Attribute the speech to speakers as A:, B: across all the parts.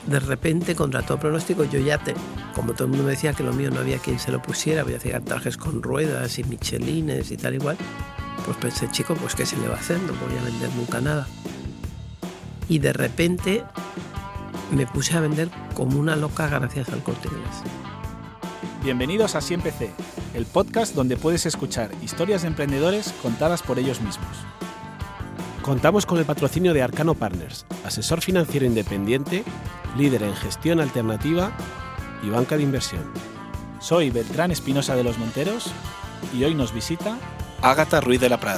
A: de repente, contra todo pronóstico, yo ya como todo el mundo me decía que lo mío no había quien se lo pusiera, voy a hacer trajes con ruedas y michelines y tal igual, pues pensé, chico, pues ¿qué se le va a hacer? No voy a vender nunca nada. Y de repente me puse a vender como una loca gracias al Corte Inglés.
B: Bienvenidos a Así Empecé, el podcast donde puedes escuchar historias de emprendedores contadas por ellos mismos.
C: Contamos con el patrocinio de Arcano Partners, asesor financiero independiente, líder en gestión alternativa y banca de inversión.
B: Soy Beltrán Espinosa de los Monteros y hoy nos visita Ágata Ruiz de la Prada.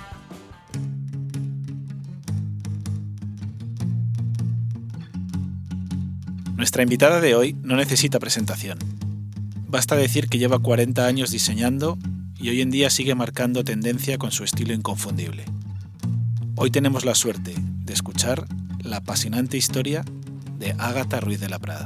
B: Nuestra invitada de hoy no necesita presentación. Basta decir que lleva 40 años diseñando y hoy en día sigue marcando tendencia con su estilo inconfundible. Hoy tenemos la suerte de escuchar la apasionante historia de Ágata Ruiz de la Prada.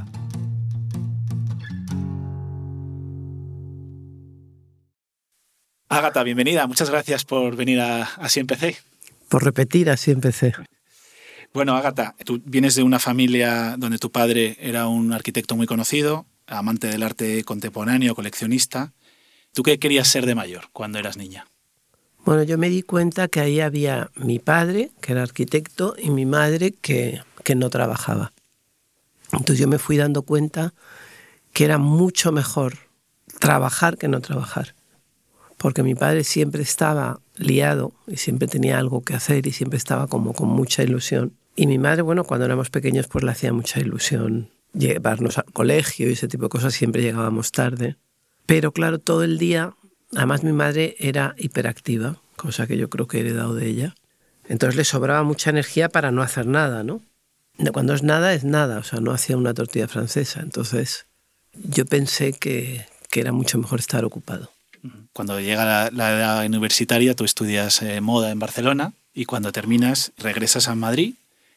B: Ágata, bienvenida. Muchas gracias por venir a Así Empecé.
A: Por repetir, Así Empecé.
B: Bueno, Ágata, tú vienes de una familia donde tu padre era un arquitecto muy conocido, amante del arte contemporáneo, coleccionista. ¿Tú qué querías ser de mayor cuando eras niña?
A: Bueno, yo me di cuenta que ahí había mi padre, que era arquitecto, y mi madre, que no trabajaba. Entonces yo me fui dando cuenta que era mucho mejor trabajar que no trabajar. Porque mi padre siempre estaba liado y siempre tenía algo que hacer y siempre estaba como con mucha ilusión. Y mi madre, bueno, cuando éramos pequeños pues le hacía mucha ilusión llevarnos al colegio y ese tipo de cosas, siempre llegábamos tarde. Pero claro, todo el día, además mi madre era hiperactiva, cosa que yo creo que he heredado de ella. Entonces le sobraba mucha energía para no hacer nada, ¿no? Cuando es nada, o sea, no hacía una tortilla francesa. Entonces yo pensé que era mucho mejor estar ocupado.
B: Cuando llega la edad universitaria, tú estudias moda en Barcelona y cuando terminas regresas a Madrid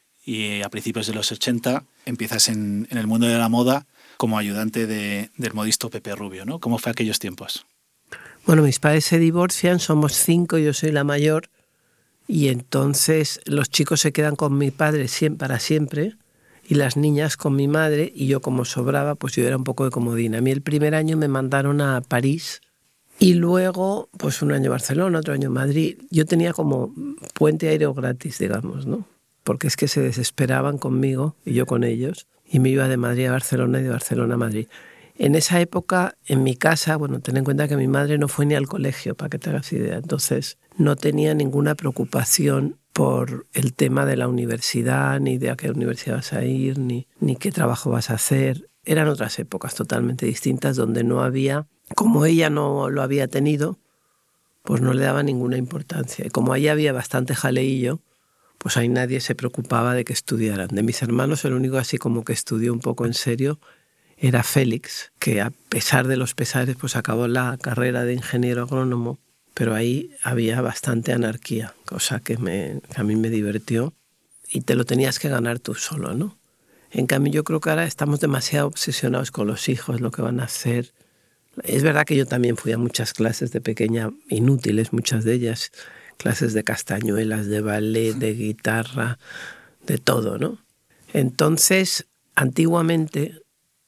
B: y a principios de los 80 empiezas en el mundo de la moda como ayudante del modisto Pepe Rubio, ¿no? ¿Cómo fue aquellos tiempos?
A: Bueno, mis padres se divorcian, somos 5, yo soy la mayor, y entonces los chicos se quedan con mi padre para siempre y las niñas con mi madre, y yo como sobraba, pues yo era un poco de comodín. A mí el primer año me mandaron a París y luego pues un año Barcelona, otro año Madrid. Yo tenía como puente aéreo gratis, digamos, ¿no? Porque es que se desesperaban conmigo y yo con ellos, y me iba de Madrid a Barcelona y de Barcelona a Madrid. En esa época, en mi casa, bueno, ten en cuenta que mi madre no fue ni al colegio, para que te hagas idea. Entonces, no tenía ninguna preocupación por el tema de la universidad, ni de a qué universidad vas a ir, ni qué trabajo vas a hacer. Eran otras épocas totalmente distintas donde no había, como ella no lo había tenido, pues no le daba ninguna importancia. Y como ahí había bastante jaleillo, pues ahí nadie se preocupaba de que estudiaran. De mis hermanos, el único así como que estudió un poco en serio era Félix, que a pesar de los pesares pues acabó la carrera de ingeniero agrónomo, pero ahí había bastante anarquía, cosa que a mí me divirtió, y te lo tenías que ganar tú solo, ¿no? En cambio yo creo que ahora estamos demasiado obsesionados con los hijos, lo que van a hacer. Es verdad que yo también fui a muchas clases de pequeña, inútiles muchas de ellas, clases de castañuelas, de ballet, de guitarra, de todo, ¿no? Entonces, antiguamente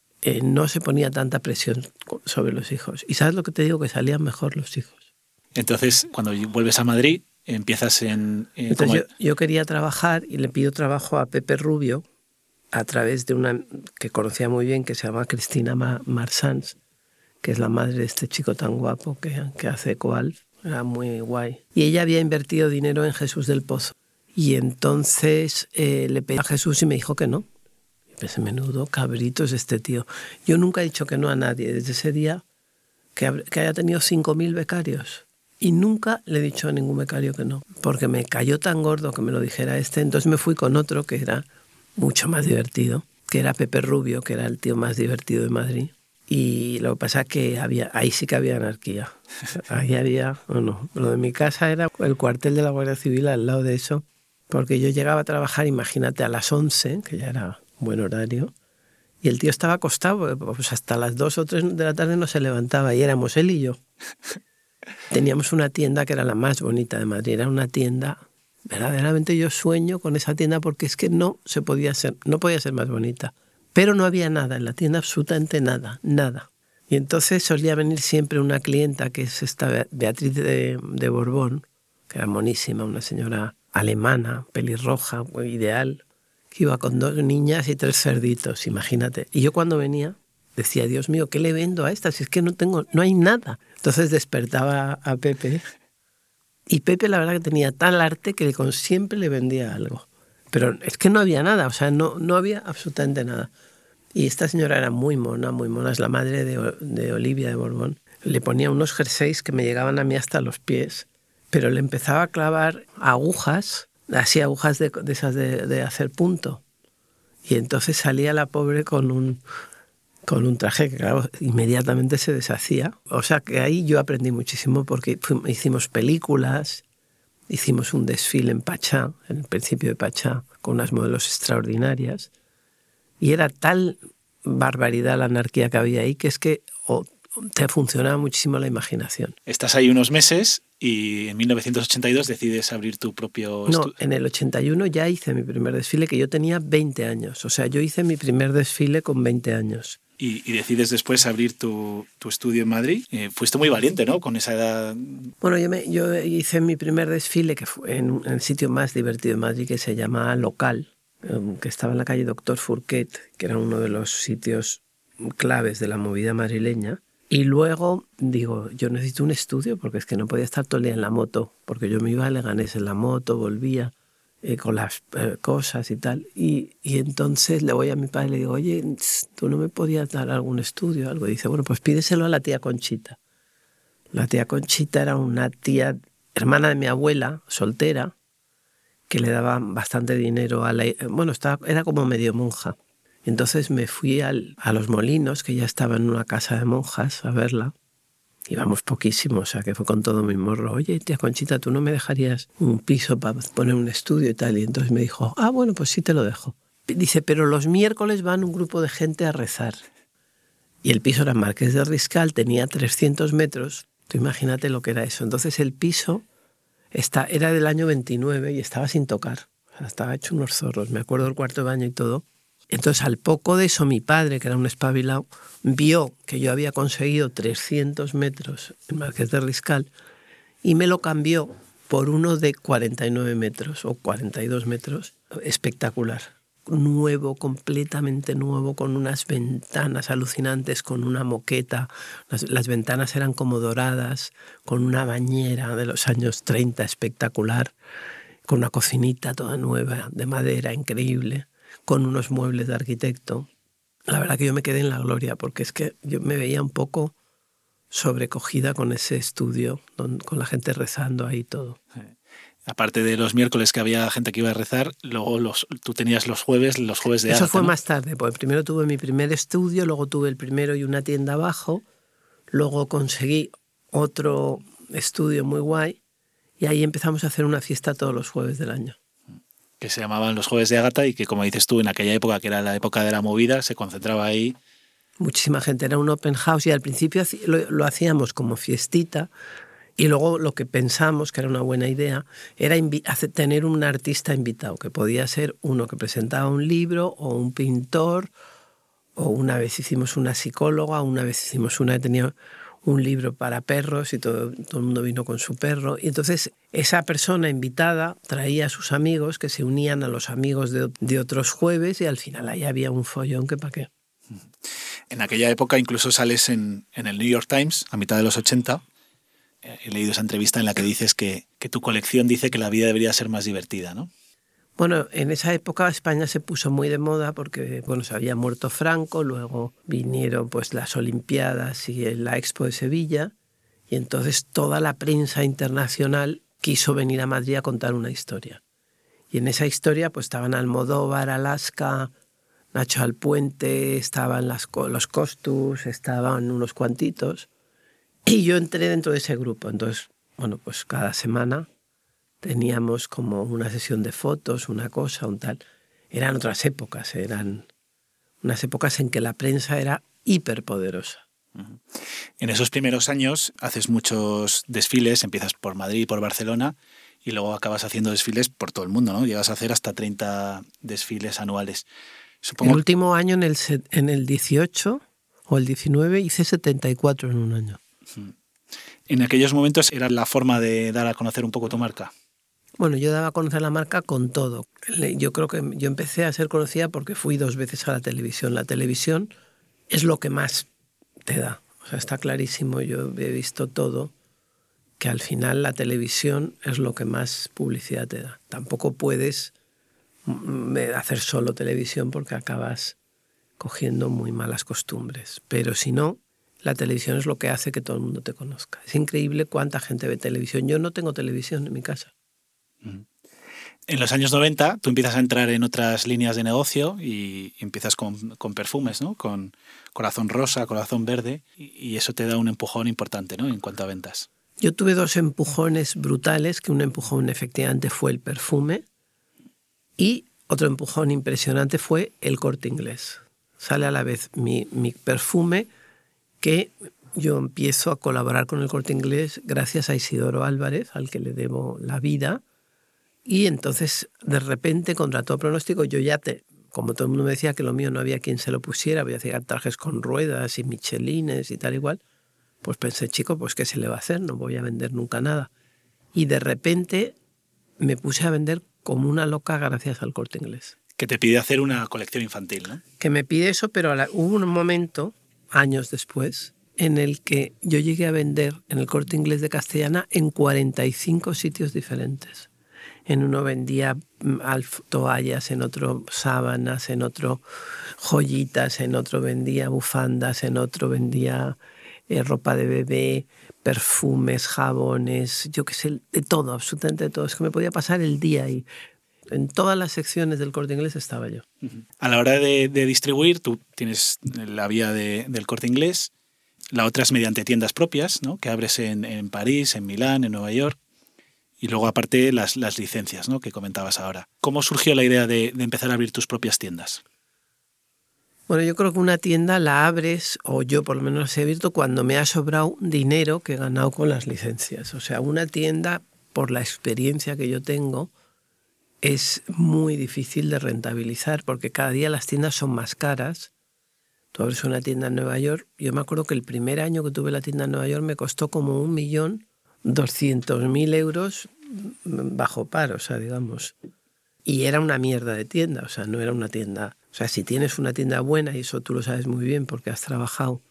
A: no se ponía tanta presión sobre los hijos. ¿Y sabes lo que te digo? Que salían mejor los hijos.
B: Entonces, cuando vuelves a Madrid, empiezas
A: Entonces yo quería trabajar y le pido trabajo a Pepe Rubio a través de una que conocía muy bien, que se llama Cristina Marsans, que es la madre de este chico tan guapo que hace Coalf. Era muy guay. Y ella había invertido dinero en Jesús del Pozo. Y entonces le pedí a Jesús y me dijo que no. Ese menudo cabrito es este tío. Yo nunca he dicho que no a nadie desde ese día que haya tenido 5.000 becarios. Y nunca le he dicho a ningún becario que no. Porque me cayó tan gordo que me lo dijera este. Entonces me fui con otro que era mucho más divertido, que era Pepe Rubio, que era el tío más divertido de Madrid. Y lo que pasa es que ahí sí que había anarquía. Ahí había, lo de mi casa era el cuartel de la Guardia Civil al lado de eso. Porque yo llegaba a trabajar, imagínate, a las 11, que ya era buen horario, y el tío estaba acostado, pues hasta las 2 o 3 de la tarde no se levantaba, y éramos él y yo. Teníamos una tienda que era la más bonita de Madrid, era una tienda, verdaderamente yo sueño con esa tienda porque es que no podía ser más bonita. Pero no había nada en la tienda, absolutamente nada. Y entonces solía venir siempre una clienta, que es esta Beatriz de Borbón, que era monísima, una señora alemana, pelirroja, muy ideal, que iba con 2 niñas y 3 cerditos, imagínate. Y yo cuando venía decía, Dios mío, ¿qué le vendo a esta? Si es que no hay nada. Entonces despertaba a Pepe, y Pepe la verdad que tenía tal arte que siempre le vendía algo. Pero es que no había nada, o sea, no había absolutamente nada. Y esta señora era muy mona, es la madre de Olivia de Borbón. Le ponía unos jerseys que me llegaban a mí hasta los pies, pero le empezaba a clavar agujas, así agujas de esas de hacer punto. Y entonces salía la pobre con un traje que, claro, inmediatamente se deshacía. O sea que ahí yo aprendí muchísimo porque hicimos películas, hicimos un desfile en Pachá, en el principio de Pachá, con unas modelos extraordinarias. Y era tal barbaridad la anarquía que había ahí que es que te funcionaba muchísimo la imaginación.
B: Estás ahí unos meses y en 1982 decides abrir tu propio
A: estudio. No, en el 81 ya hice mi primer desfile, que yo tenía 20 años. O sea, yo hice mi primer desfile con 20 años.
B: Y decides después abrir tu estudio en Madrid. Fuiste muy valiente, ¿no? Con esa edad.
A: Bueno, yo hice mi primer desfile que fue en el sitio más divertido de Madrid, que se llama Local, que estaba en la calle Doctor Fourquet, que era uno de los sitios claves de la movida madrileña. Y luego digo, yo necesito un estudio porque es que no podía estar todo el día en la moto, porque yo me iba a Leganés en la moto, volvía con las cosas y tal. Y entonces le voy a mi padre y le digo, oye, ¿tú no me podías dar algún estudio? Algo. Y dice, bueno, pues pídeselo a la tía Conchita. La tía Conchita era una tía, hermana de mi abuela, soltera, que le daba bastante dinero a la... Bueno, era como medio monja. Entonces me fui a Los Molinos, que ya estaba en una casa de monjas, a verla. Íbamos poquísimo, o sea, que fue con todo mi morro. Oye, tía Conchita, ¿tú no me dejarías un piso para poner un estudio y tal? Y entonces me dijo, bueno, pues sí te lo dejo. Dice, pero los miércoles van un grupo de gente a rezar. Y el piso era Marqués de Riscal, tenía 300 metros. Tú imagínate lo que era eso. Entonces el piso era del año 29 y estaba sin tocar. O sea, estaba hecho unos zorros. Me acuerdo del cuarto de baño y todo. Entonces, al poco de eso, mi padre, que era un espabilado, vio que yo había conseguido 300 metros en Marqués de Riscal y me lo cambió por uno de 49 metros o 42 metros, espectacular. Nuevo, completamente nuevo, con unas ventanas alucinantes, con una moqueta. Las ventanas eran como doradas, con una bañera de los años 30 espectacular, con una cocinita toda nueva, de madera, increíble, con unos muebles de arquitecto. La verdad que yo me quedé en la gloria, porque es que yo me veía un poco sobrecogida con ese estudio, con la gente rezando ahí todo.
B: Aparte de los miércoles que había gente que iba a rezar, luego tú tenías los jueves de Ágata.
A: Eso fue,
B: ¿no?
A: Más tarde, porque primero tuve mi primer estudio, luego tuve el primero y una tienda abajo, luego conseguí otro estudio muy guay y ahí empezamos a hacer una fiesta todos los jueves del año.
B: Que se llamaban los Jueves de Ágata y que, como dices tú, en aquella época, que era la época de la movida, se concentraba ahí.
A: Muchísima gente, era un open house y al principio lo hacíamos como fiestita y luego lo que pensamos, que era una buena idea, era tener un artista invitado, que podía ser uno que presentaba un libro o un pintor, o una vez hicimos una psicóloga, una vez hicimos una que tenía un libro para perros y todo el mundo vino con su perro. Y entonces esa persona invitada traía a sus amigos que se unían a los amigos de otros jueves y al final ahí había un follón que para qué.
B: En aquella época incluso sales en el New York Times, a mitad de los 80. He leído esa entrevista en la que dices que tu colección dice que la vida debería ser más divertida, ¿no?
A: Bueno, en esa época España se puso muy de moda porque se había muerto Franco, luego vinieron pues las Olimpiadas y la Expo de Sevilla y entonces toda la prensa internacional quiso venir a Madrid a contar una historia. Y en esa historia pues estaban Almodóvar, Alaska, Nacho Alpuente, estaban los Costus, estaban unos cuantitos y yo entré dentro de ese grupo. Entonces, pues cada semana teníamos como una sesión de fotos, una cosa, un tal. Eran otras épocas, eran unas épocas en que la prensa era hiperpoderosa.
B: En esos primeros años haces muchos desfiles, empiezas por Madrid y por Barcelona y luego acabas haciendo desfiles por todo el mundo, ¿no? Llegas a hacer hasta 30 desfiles anuales. Supongo...
A: El último año, en el 18 o el 19, hice 74 en un año.
B: En aquellos momentos era la forma de dar a conocer un poco tu marca.
A: Bueno, yo daba a conocer la marca con todo. Yo creo que yo empecé a ser conocida porque fui 2 veces a la televisión. La televisión es lo que más te da. O sea, está clarísimo, yo he visto todo, que al final la televisión es lo que más publicidad te da. Tampoco puedes hacer solo televisión porque acabas cogiendo muy malas costumbres. Pero si no, la televisión es lo que hace que todo el mundo te conozca. Es increíble cuánta gente ve televisión. Yo no tengo televisión en mi casa.
B: En los años 90 tú empiezas a entrar en otras líneas de negocio y empiezas con perfumes, ¿no? Con Corazón Rosa, Corazón Verde, y eso te da un empujón importante, ¿no? En cuanto a ventas.
A: Yo tuve 2 empujones brutales, que un empujón efectivamente fue el perfume y otro empujón impresionante fue el Corte Inglés. Sale a la vez mi perfume, que yo empiezo a colaborar con el Corte Inglés gracias a Isidoro Álvarez, al que le debo la vida. Y entonces, de repente, contra todo pronóstico, yo ya como todo el mundo me decía que lo mío no había quien se lo pusiera, voy a hacer trajes con ruedas y michelines y tal igual, pues pensé, chico, pues ¿qué se le va a hacer? No voy a vender nunca nada. Y de repente me puse a vender como una loca gracias al Corte Inglés.
B: Que te pide hacer una colección infantil, ¿no?
A: Que me pide eso, pero hubo un momento, años después, en el que yo llegué a vender en el Corte Inglés de Castellana en 45 sitios diferentes. En uno vendía toallas, en otro sábanas, en otro joyitas, en otro vendía bufandas, en otro vendía ropa de bebé, perfumes, jabones, yo qué sé, de todo, absolutamente de todo. Es que me podía pasar el día ahí. En todas las secciones del Corte Inglés estaba yo.
B: A la hora de distribuir, tú tienes la vía del Corte Inglés, la otra es mediante tiendas propias, ¿no? Que abres en París, en Milán, en Nueva York. Y luego, aparte, las licencias, ¿no? Que comentabas ahora. ¿Cómo surgió la idea de empezar a abrir tus propias tiendas?
A: Bueno, yo creo que una tienda la abres, o yo por lo menos he abierto, cuando me ha sobrado dinero que he ganado con las licencias. O sea, una tienda, por la experiencia que yo tengo, es muy difícil de rentabilizar porque cada día las tiendas son más caras. Tú abres una tienda en Nueva York. Yo me acuerdo que el primer año que tuve la tienda en Nueva York me costó como 1.200.000 euros bajo par, o sea, digamos. Y era una mierda de tienda, o sea, no era una tienda... O sea, si tienes una tienda buena, y eso tú lo sabes muy bien porque has trabajado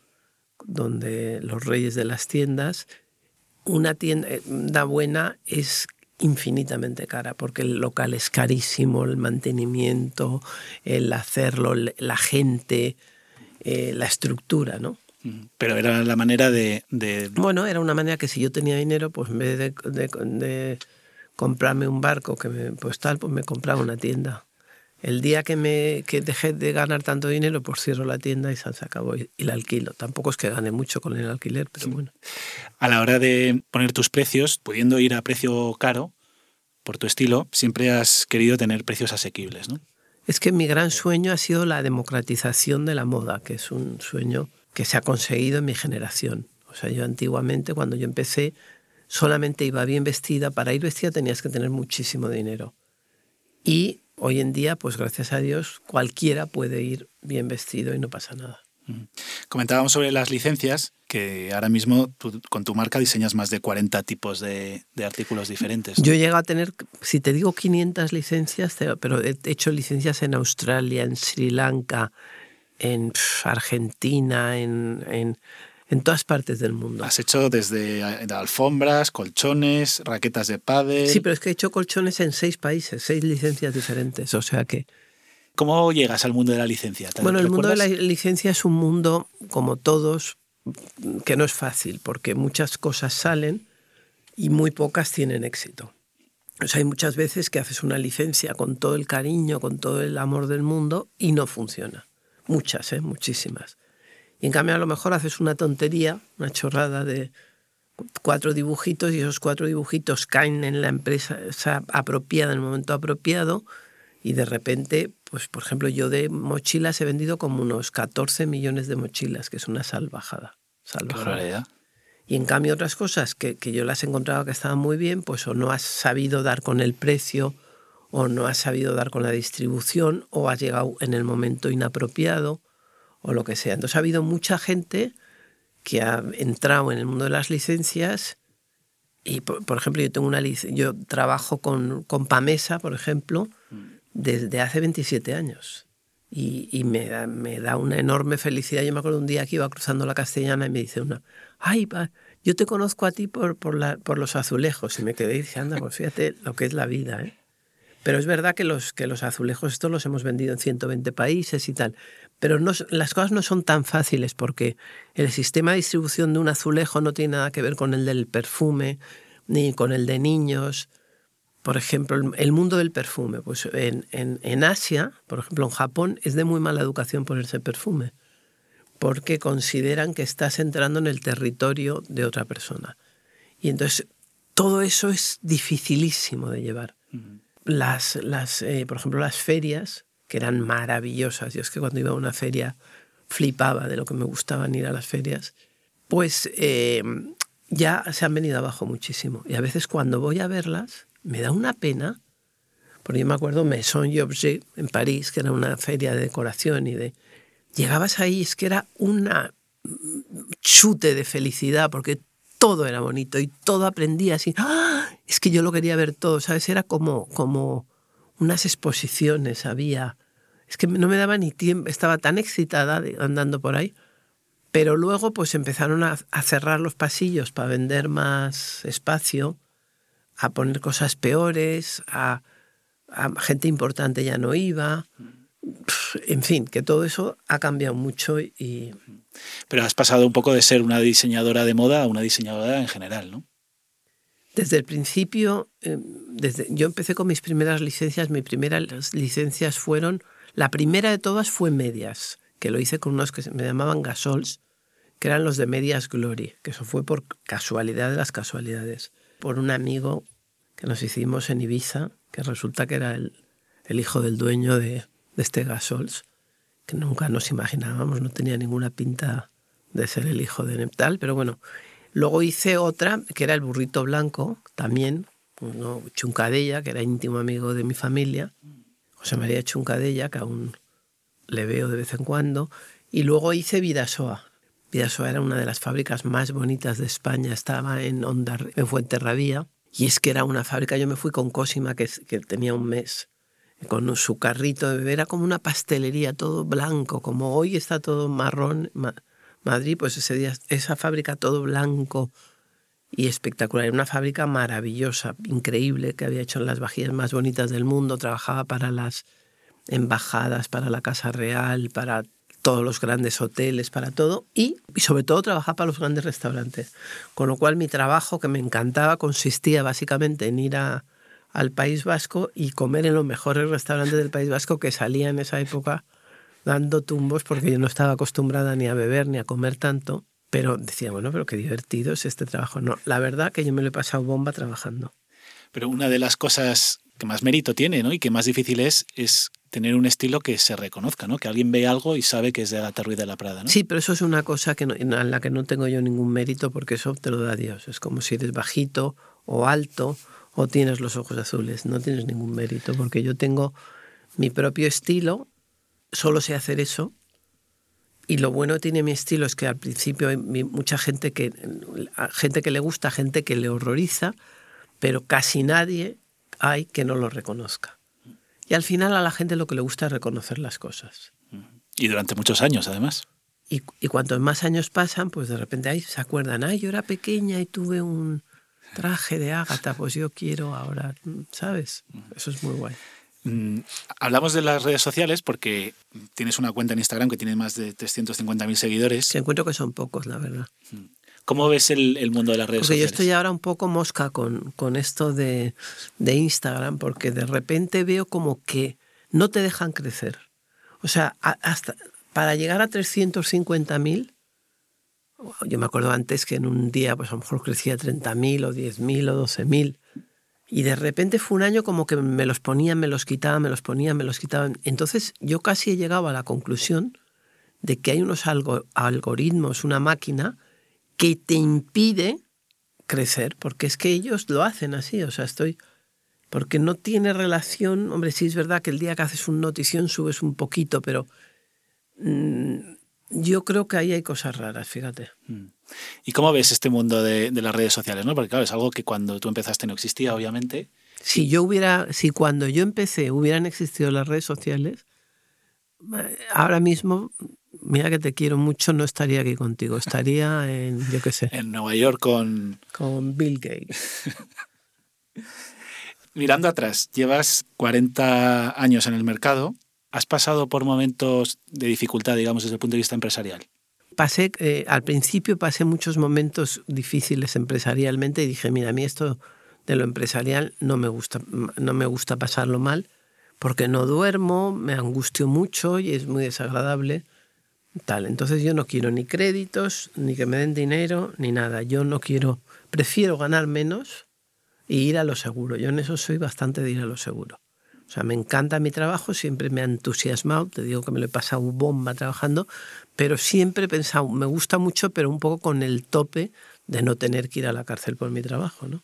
A: donde los reyes de las tiendas, una tienda buena es infinitamente cara porque el local es carísimo, el mantenimiento, el hacerlo, la gente, la estructura, ¿no?
B: Pero era la manera de...
A: Bueno, era una manera que si yo tenía dinero, pues en vez de comprarme un barco pues me compraba una tienda. El día que dejé de ganar tanto dinero, pues cierro la tienda y se acabó y la alquilo. Tampoco es que gane mucho con el alquiler, pero bueno.
B: A la hora de poner tus precios, pudiendo ir a precio caro, por tu estilo, siempre has querido tener precios asequibles, ¿no?
A: Es que mi gran sueño ha sido la democratización de la moda, que es un sueño que se ha conseguido en mi generación. O sea, yo antiguamente, cuando yo empecé, solamente iba bien vestida. Para ir vestida tenías que tener muchísimo dinero. Y hoy en día, pues gracias a Dios, cualquiera puede ir bien vestido y no pasa nada.
B: Comentábamos sobre las licencias, que ahora mismo tú, con tu marca diseñas más de 40 tipos de artículos diferentes, ¿no?
A: Yo llego a tener, si te digo 500 licencias, pero he hecho licencias en Australia, en Sri Lanka, en Argentina, en todas partes del mundo.
B: Has hecho desde alfombras, colchones, raquetas de pádel...
A: Sí, pero es que he hecho colchones en 6 países, 6 licencias diferentes, o sea que...
B: ¿Cómo llegas al mundo de la licencia?
A: Bueno, el mundo de la licencia es un mundo, como todos, que no es fácil, porque muchas cosas salen y muy pocas tienen éxito. O sea, hay muchas veces que haces una licencia con todo el cariño, con todo el amor del mundo y no funciona. Muchas, muchísimas. Y en cambio a lo mejor haces una tontería, una chorrada de 4 dibujitos y esos 4 dibujitos caen en la empresa apropiada, en el momento apropiado, y de repente, pues por ejemplo, yo de mochilas he vendido como unos 14 millones de mochilas, que es una salvajada. Y en cambio otras cosas que yo las he encontrado que estaban muy bien, pues o no has sabido dar con el precio, o no has sabido dar con la distribución, o has llegado en el momento inapropiado, o lo que sea. Entonces ha habido mucha gente que ha entrado en el mundo de las licencias y, por ejemplo, yo trabajo con Pamesa, por ejemplo, desde hace 27 años. Y me da una enorme felicidad. Yo me acuerdo un día que iba cruzando la Castellana y me dice una, ¡ay, yo te conozco a ti por los azulejos! Y me quedé y dije, anda, pues fíjate lo que es la vida, ¿eh? Pero es verdad que los azulejos estos los hemos vendido en 120 países y tal. Pero las cosas no son tan fáciles porque el sistema de distribución de un azulejo no tiene nada que ver con el del perfume ni con el de niños. Por ejemplo, el mundo del perfume. Pues en Asia, por ejemplo, en Japón, es de muy mala educación ponerse perfume porque consideran que estás entrando en el territorio de otra persona. Y entonces todo eso es dificilísimo de llevar. Por ejemplo, las ferias, que eran maravillosas. Yo es que cuando iba a una feria flipaba de lo que me gustaban ir a las ferias. Pues ya se han venido abajo muchísimo. Y a veces cuando voy a verlas me da una pena, porque yo me acuerdo Maison y Objet en París, que era una feria de decoración llegabas ahí, es que era una chute de felicidad, porque todo era bonito y todo aprendías y ¡ah! Es que yo lo quería ver todo, ¿sabes? Era como unas exposiciones había. Es que no me daba ni tiempo, estaba tan excitada andando por ahí. Pero luego pues empezaron a cerrar los pasillos para vender más espacio, a poner cosas peores, a gente importante ya no iba. En fin, que todo eso ha cambiado mucho y...
B: Pero has pasado un poco de ser una diseñadora de moda a una diseñadora en general, ¿no?
A: Desde el principio, yo empecé con mis primeras licencias. Mis primeras licencias fueron... La primera de todas fue medias, que lo hice con unos que me llamaban Gasols, que eran los de Medias Glory, que eso fue por casualidad de las casualidades. Por un amigo que nos hicimos en Ibiza, que resulta que era el hijo del dueño de este Gasols, que nunca nos imaginábamos, no tenía ninguna pinta de ser el hijo de Neptal, pero bueno. Luego hice otra, que era el Burrito Blanco, también, Chuncadella, que era íntimo amigo de mi familia, José María Chuncadella, que aún le veo de vez en cuando, y luego hice Vidasoa. Vidasoa era una de las fábricas más bonitas de España, estaba en Fuenterrabía, y es que era una fábrica. Yo me fui con Cosima, que tenía un mes, con su carrito de bebé, era como una pastelería, todo blanco, como hoy está todo marrón. Madrid, pues ese día, esa fábrica todo blanco y espectacular. Era una fábrica maravillosa, increíble, que había hecho las vajillas más bonitas del mundo. Trabajaba para las embajadas, para la Casa Real, para todos los grandes hoteles, para todo. Y sobre todo trabajaba para los grandes restaurantes. Con lo cual mi trabajo, que me encantaba, consistía básicamente en ir al País Vasco y comer en los mejores restaurantes del País Vasco, que salía en esa época dando tumbos, porque yo no estaba acostumbrada ni a beber ni a comer tanto, pero decía, bueno, pero qué divertido es este trabajo. No, la verdad que yo me lo he pasado bomba trabajando.
B: Pero una de las cosas que más mérito tiene, ¿no? Y que más difícil es tener un estilo que se reconozca, ¿no? Que alguien ve algo y sabe que es de Agatha Ruiz de la Prada, ¿no?
A: Sí, pero eso es una cosa en la que no tengo yo ningún mérito, porque eso te lo da Dios. Es como si eres bajito o alto o tienes los ojos azules. No tienes ningún mérito, porque yo tengo mi propio estilo. Solo sé hacer eso. Y lo bueno que tiene mi estilo es que al principio hay mucha gente que le gusta, gente que le horroriza, pero casi nadie hay que no lo reconozca. Y al final a la gente lo que le gusta es reconocer las cosas.
B: Y durante muchos años, además.
A: Y cuantos más años pasan, pues de repente se acuerdan, yo era pequeña y tuve un traje de Ágata, pues yo quiero ahora, ¿sabes? Eso es muy guay.
B: Hablamos de las redes sociales porque tienes una cuenta en Instagram que tiene más de 350.000 seguidores.
A: Que encuentro que son pocos, la verdad.
B: ¿Cómo ves el mundo de las redes sociales?
A: Porque yo estoy ahora un poco mosca con esto de Instagram, porque de repente veo como que no te dejan crecer. O sea, hasta para llegar a 350.000, yo me acuerdo antes que en un día pues a lo mejor crecía 30.000 o 10.000 o 12.000. Y de repente fue un año como que me los ponían, me los quitaban, me los ponían, me los quitaban. Entonces yo casi he llegado a la conclusión de que hay unos algoritmos, una máquina que te impide crecer, porque es que ellos lo hacen así. O sea, porque no tiene relación. Hombre, sí es verdad que el día que haces una notición subes un poquito, pero yo creo que ahí hay cosas raras, fíjate.
B: ¿Y cómo ves este mundo de las redes sociales, ¿no? Porque claro, es algo que cuando tú empezaste no existía, obviamente.
A: Si cuando yo empecé hubieran existido las redes sociales, ahora mismo, mira que te quiero mucho, no estaría aquí contigo, estaría en, yo qué sé.
B: En Nueva York
A: con Bill Gates.
B: Mirando atrás, llevas 40 años en el mercado. ¿Has pasado por momentos de dificultad, digamos, desde el punto de vista empresarial?
A: Al principio pasé muchos momentos difíciles empresarialmente y dije, mira, a mí esto de lo empresarial no me gusta pasarlo mal, porque no duermo, me angustio mucho y es muy desagradable. Tal. Entonces yo no quiero ni créditos, ni que me den dinero, ni nada. Prefiero ganar menos e ir a lo seguro. Yo en eso soy bastante de ir a lo seguro. O sea, me encanta mi trabajo, siempre me ha entusiasmado, te digo que me lo he pasado bomba trabajando, pero siempre he pensado, me gusta mucho, pero un poco con el tope de no tener que ir a la cárcel por mi trabajo, ¿no?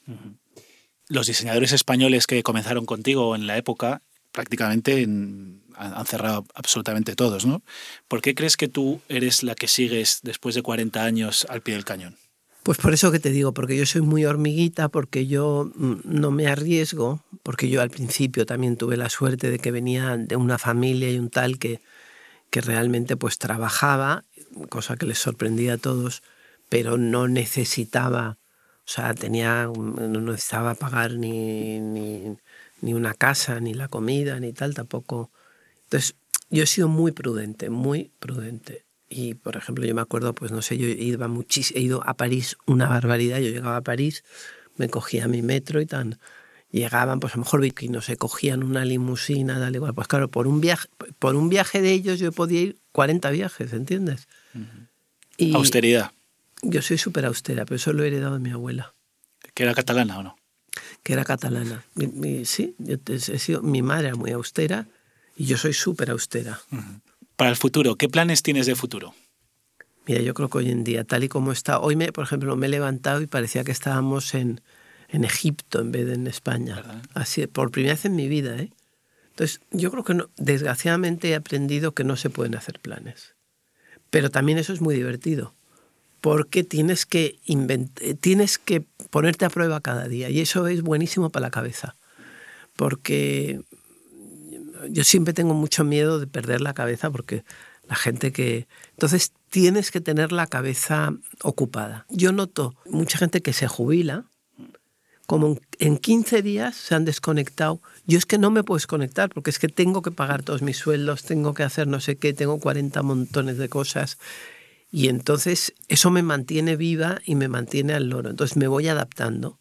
B: Los diseñadores españoles que comenzaron contigo en la época prácticamente han cerrado absolutamente todos, ¿no? ¿Por qué crees que tú eres la que sigues después de 40 años al pie del cañón?
A: Pues por eso que te digo, porque yo soy muy hormiguita, porque yo no me arriesgo, porque yo al principio también tuve la suerte de que venía de una familia y un tal que realmente pues trabajaba, cosa que les sorprendía a todos, pero no necesitaba, o sea, no necesitaba pagar ni una casa, ni la comida, ni tal, tampoco. Entonces, yo he sido muy prudente, muy prudente. Y, por ejemplo, yo me acuerdo, pues no sé, yo he ido a París una barbaridad. Yo llegaba a París, me cogía mi metro y tan. Llegaban, pues a lo mejor vi no sé, cogían una limusina, tal igual. Pues claro, por un viaje de ellos yo podía ir 40 viajes, ¿entiendes? Y
B: austeridad.
A: Yo soy súper austera, pero eso lo he heredado de mi abuela.
B: ¿Que era catalana o no?
A: Que era catalana. Sí, mi madre era muy austera y yo soy súper austera.
B: Para el futuro, ¿qué planes tienes de futuro?
A: Mira, yo creo que hoy en día, tal y como está, hoy por ejemplo, me he levantado y parecía que estábamos en Egipto en vez de en España. ¿Verdad? Así, por primera vez en mi vida, ¿eh? Entonces, yo creo que desgraciadamente he aprendido que no se pueden hacer planes. Pero también eso es muy divertido, porque tienes que ponerte a prueba cada día y eso es buenísimo para la cabeza. Porque yo siempre tengo mucho miedo de perder la cabeza porque la gente que... Entonces tienes que tener la cabeza ocupada. Yo noto mucha gente que se jubila, como en 15 días se han desconectado. Yo es que no me puedo desconectar porque es que tengo que pagar todos mis sueldos, tengo que hacer no sé qué, tengo 40 montones de cosas. Y entonces eso me mantiene viva y me mantiene al loro. Entonces me voy adaptando.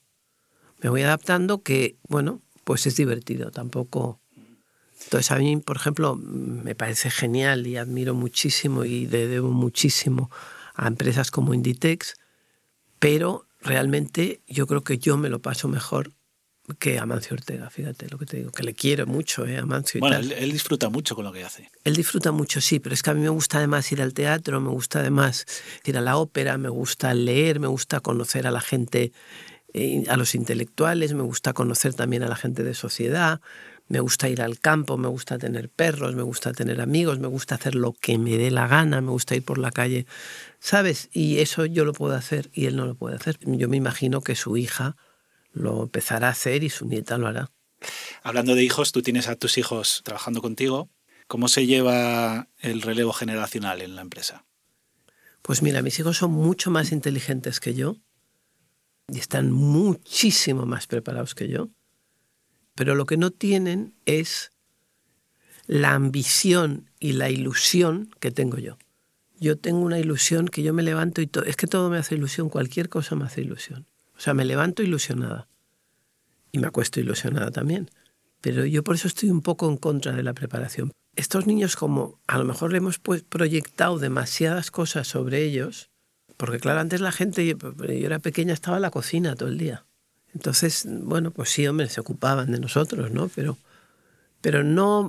A: Que, bueno, pues es divertido, tampoco... Entonces a mí, por ejemplo, me parece genial y admiro muchísimo y le debo muchísimo a empresas como Inditex, pero realmente yo creo que yo me lo paso mejor que Amancio Ortega, fíjate lo que te digo, que le quiero mucho a Amancio.
B: Bueno, él disfruta mucho con lo que hace.
A: Él disfruta mucho, sí, pero es que a mí me gusta además ir al teatro, me gusta además ir a la ópera, me gusta leer, me gusta conocer a la gente, a los intelectuales, me gusta conocer también a la gente de sociedad. Me gusta ir al campo, me gusta tener perros, me gusta tener amigos, me gusta hacer lo que me dé la gana, me gusta ir por la calle, ¿sabes? Y eso yo lo puedo hacer y él no lo puede hacer. Yo me imagino que su hija lo empezará a hacer y su nieta lo hará.
B: Hablando de hijos, tú tienes a tus hijos trabajando contigo. ¿Cómo se lleva el relevo generacional en la empresa?
A: Pues mira, mis hijos son mucho más inteligentes que yo y están muchísimo más preparados que yo. Pero lo que no tienen es la ambición y la ilusión que tengo yo. Yo tengo una ilusión que yo me levanto y es que todo me hace ilusión, cualquier cosa me hace ilusión. O sea, me levanto ilusionada y me acuesto ilusionada también. Pero yo por eso estoy un poco en contra de la preparación. Estos niños, como a lo mejor le hemos proyectado demasiadas cosas sobre ellos, porque claro, antes la gente, yo era pequeña, estaba en la cocina todo el día. Entonces, bueno, pues sí, hombre, se ocupaban de nosotros, ¿no? Pero no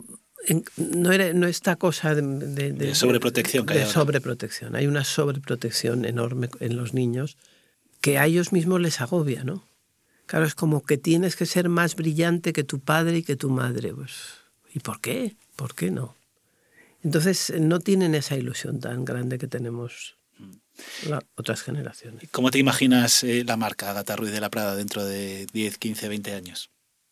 A: esta cosa de
B: sobreprotección.
A: De sobreprotección. Hay una sobreprotección enorme en los niños que a ellos mismos les agobia, ¿no? Claro, es como que tienes que ser más brillante que tu padre y que tu madre. Pues, ¿y por qué? ¿Por qué no? Entonces no tienen esa ilusión tan grande que tenemos otras generaciones.
B: ¿Cómo te imaginas la marca Ágata Ruiz de la Prada dentro de 10, 15, 20 años?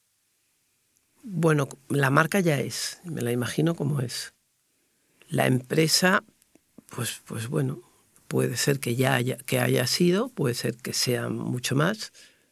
A: Bueno, la marca ya es, me la imagino como es. La empresa, pues bueno, puede ser que ya haya sido, puede ser que sea mucho más.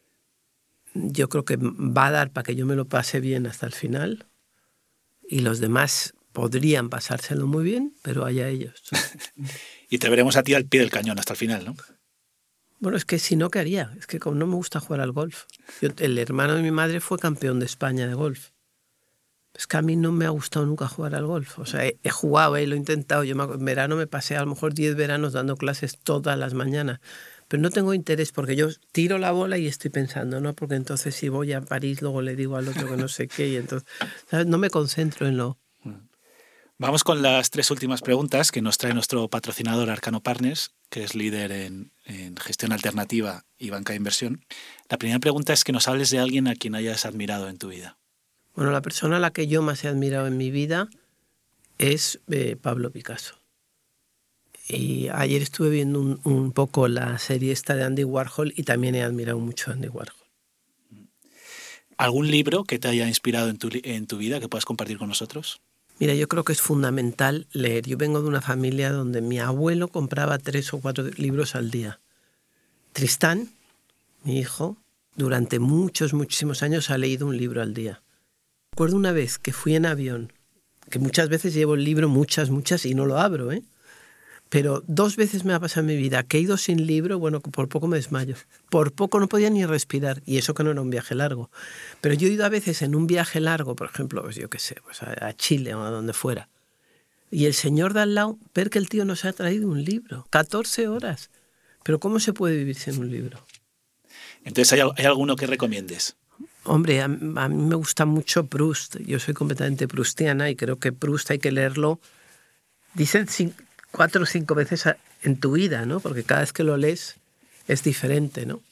A: Yo creo que va a dar para que yo me lo pase bien hasta el final y los demás podrían pasárselo muy bien, pero allá ellos.
B: Y te veremos a ti al pie del cañón hasta el final, ¿no?
A: Bueno, es que si no, ¿qué haría? Es que como no me gusta jugar al golf. El hermano de mi madre fue campeón de España de golf. Es que a mí no me ha gustado nunca jugar al golf. O sea, he jugado, lo he intentado. En verano me pasé a lo mejor 10 veranos dando clases todas las mañanas. Pero no tengo interés porque yo tiro la bola y estoy pensando, ¿no? Porque entonces si voy a París luego le digo al otro que no sé qué y entonces, ¿sabes? No me concentro en lo...
B: Vamos con las 3 últimas preguntas que nos trae nuestro patrocinador Arcano Partners, que es líder en gestión alternativa y banca de inversión. La primera pregunta es que nos hables de alguien a quien hayas admirado en tu vida.
A: Bueno, la persona a la que yo más he admirado en mi vida es Pablo Picasso. Y ayer estuve viendo un poco la serie esta de Andy Warhol y también he admirado mucho a Andy Warhol.
B: ¿Algún libro que te haya inspirado en tu vida que puedas compartir con nosotros?
A: Mira, yo creo que es fundamental leer. Yo vengo de una familia donde mi abuelo compraba 3 o 4 libros al día. Tristán, mi hijo, durante muchísimos años ha leído un libro al día. Recuerdo una vez que fui en avión, que muchas veces llevo el libro, muchas, y no lo abro, ¿eh? Pero 2 veces me ha pasado en mi vida que he ido sin libro, bueno, por poco me desmayo. Por poco no podía ni respirar, y eso que no era un viaje largo. Pero yo he ido a veces en un viaje largo, por ejemplo, pues yo qué sé, pues a Chile o a donde fuera, y el señor de al lado, ver que el tío nos ha traído un libro, 14 horas. Pero ¿cómo se puede vivir sin un libro?
B: Entonces, ¿hay alguno que recomiendes?
A: Hombre, a mí me gusta mucho Proust. Yo soy completamente proustiana y creo que Proust hay que leerlo, dicen 4 o 5 veces en tu vida, ¿no? Porque cada vez que lo lees es diferente, ¿no?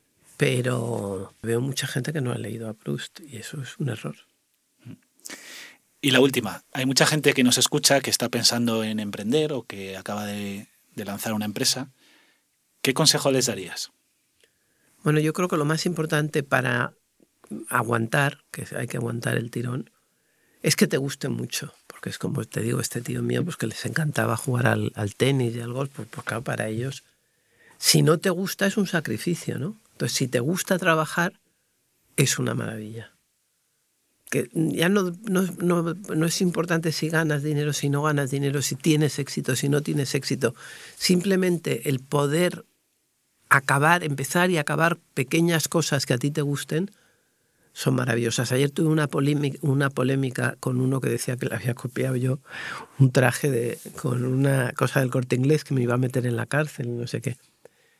A: Pero veo mucha gente que no ha leído a Proust y eso es un error.
B: Y la última, hay mucha gente que nos escucha que está pensando en emprender o que acaba de lanzar una empresa. ¿Qué consejo les darías?
A: Bueno, yo creo que lo más importante para aguantar, que hay que aguantar el tirón, es que te guste mucho. Porque es como te digo, este tío mío, pues que les encantaba jugar al tenis y al golf, pues claro, para ellos, si no te gusta es un sacrificio, ¿no? Entonces, si te gusta trabajar, es una maravilla. Que ya no es importante si ganas dinero, si no ganas dinero, si tienes éxito, si no tienes éxito. Simplemente el poder empezar y acabar pequeñas cosas que a ti te gusten, son maravillosas. Ayer tuve una polémica con uno que decía que le había copiado yo un traje con una cosa del Corte Inglés que me iba a meter en la cárcel y no sé qué.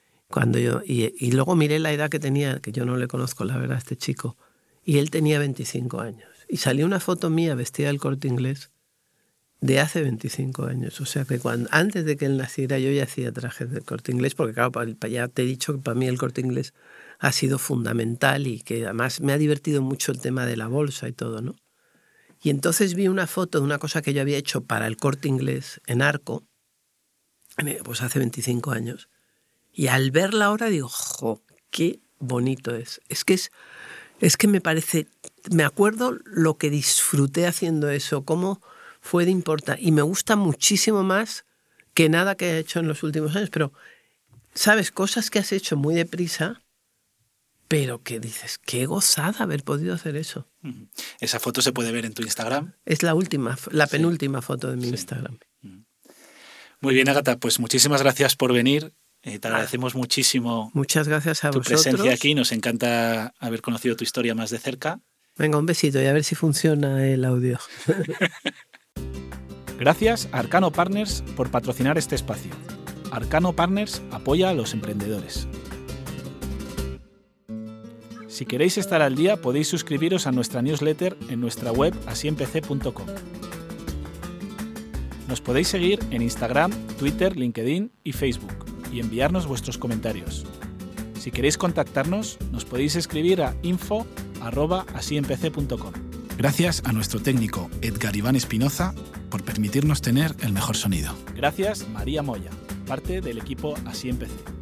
A: Y luego miré la edad que tenía, que yo no le conozco la verdad a este chico, y él tenía 25 años. Y salió una foto mía vestida del Corte Inglés de hace 25 años. O sea que antes de que él naciera yo ya hacía trajes del Corte Inglés, porque claro, ya te he dicho que para mí el Corte Inglés ha sido fundamental y que además me ha divertido mucho el tema de la bolsa y todo, ¿no? Y entonces vi una foto de una cosa que yo había hecho para el Corte Inglés en Arco, pues hace 25 años, y al verla ahora digo, ¡jo! ¡Qué bonito es! Es que me parece, me acuerdo lo que disfruté haciendo eso, cómo fue de importante, y me gusta muchísimo más que nada que he hecho en los últimos años, pero, ¿sabes? Cosas que has hecho muy deprisa, pero que dices, qué gozada haber podido hacer eso.
B: ¿Esa foto se puede ver en tu Instagram?
A: Es la penúltima foto de mi Instagram.
B: Muy bien, Ágata, pues muchísimas gracias por venir. Te agradecemos muchísimo.
A: Muchas gracias a vosotros.
B: Tu presencia aquí. Nos encanta haber conocido tu historia más de cerca.
A: Venga, un besito y a ver si funciona el audio.
C: Gracias a Arcano Partners por patrocinar este espacio. Arcano Partners apoya a los emprendedores. Si queréis estar al día, podéis suscribiros a nuestra newsletter en nuestra web asiempecé.com. Nos podéis seguir en Instagram, Twitter, LinkedIn y Facebook y enviarnos vuestros comentarios.
B: Si queréis contactarnos, nos podéis escribir a info@asiempecé.com. Gracias a nuestro técnico Edgar Iván Espinoza por permitirnos tener el mejor sonido. Gracias María Moya, parte del equipo Así Empecé.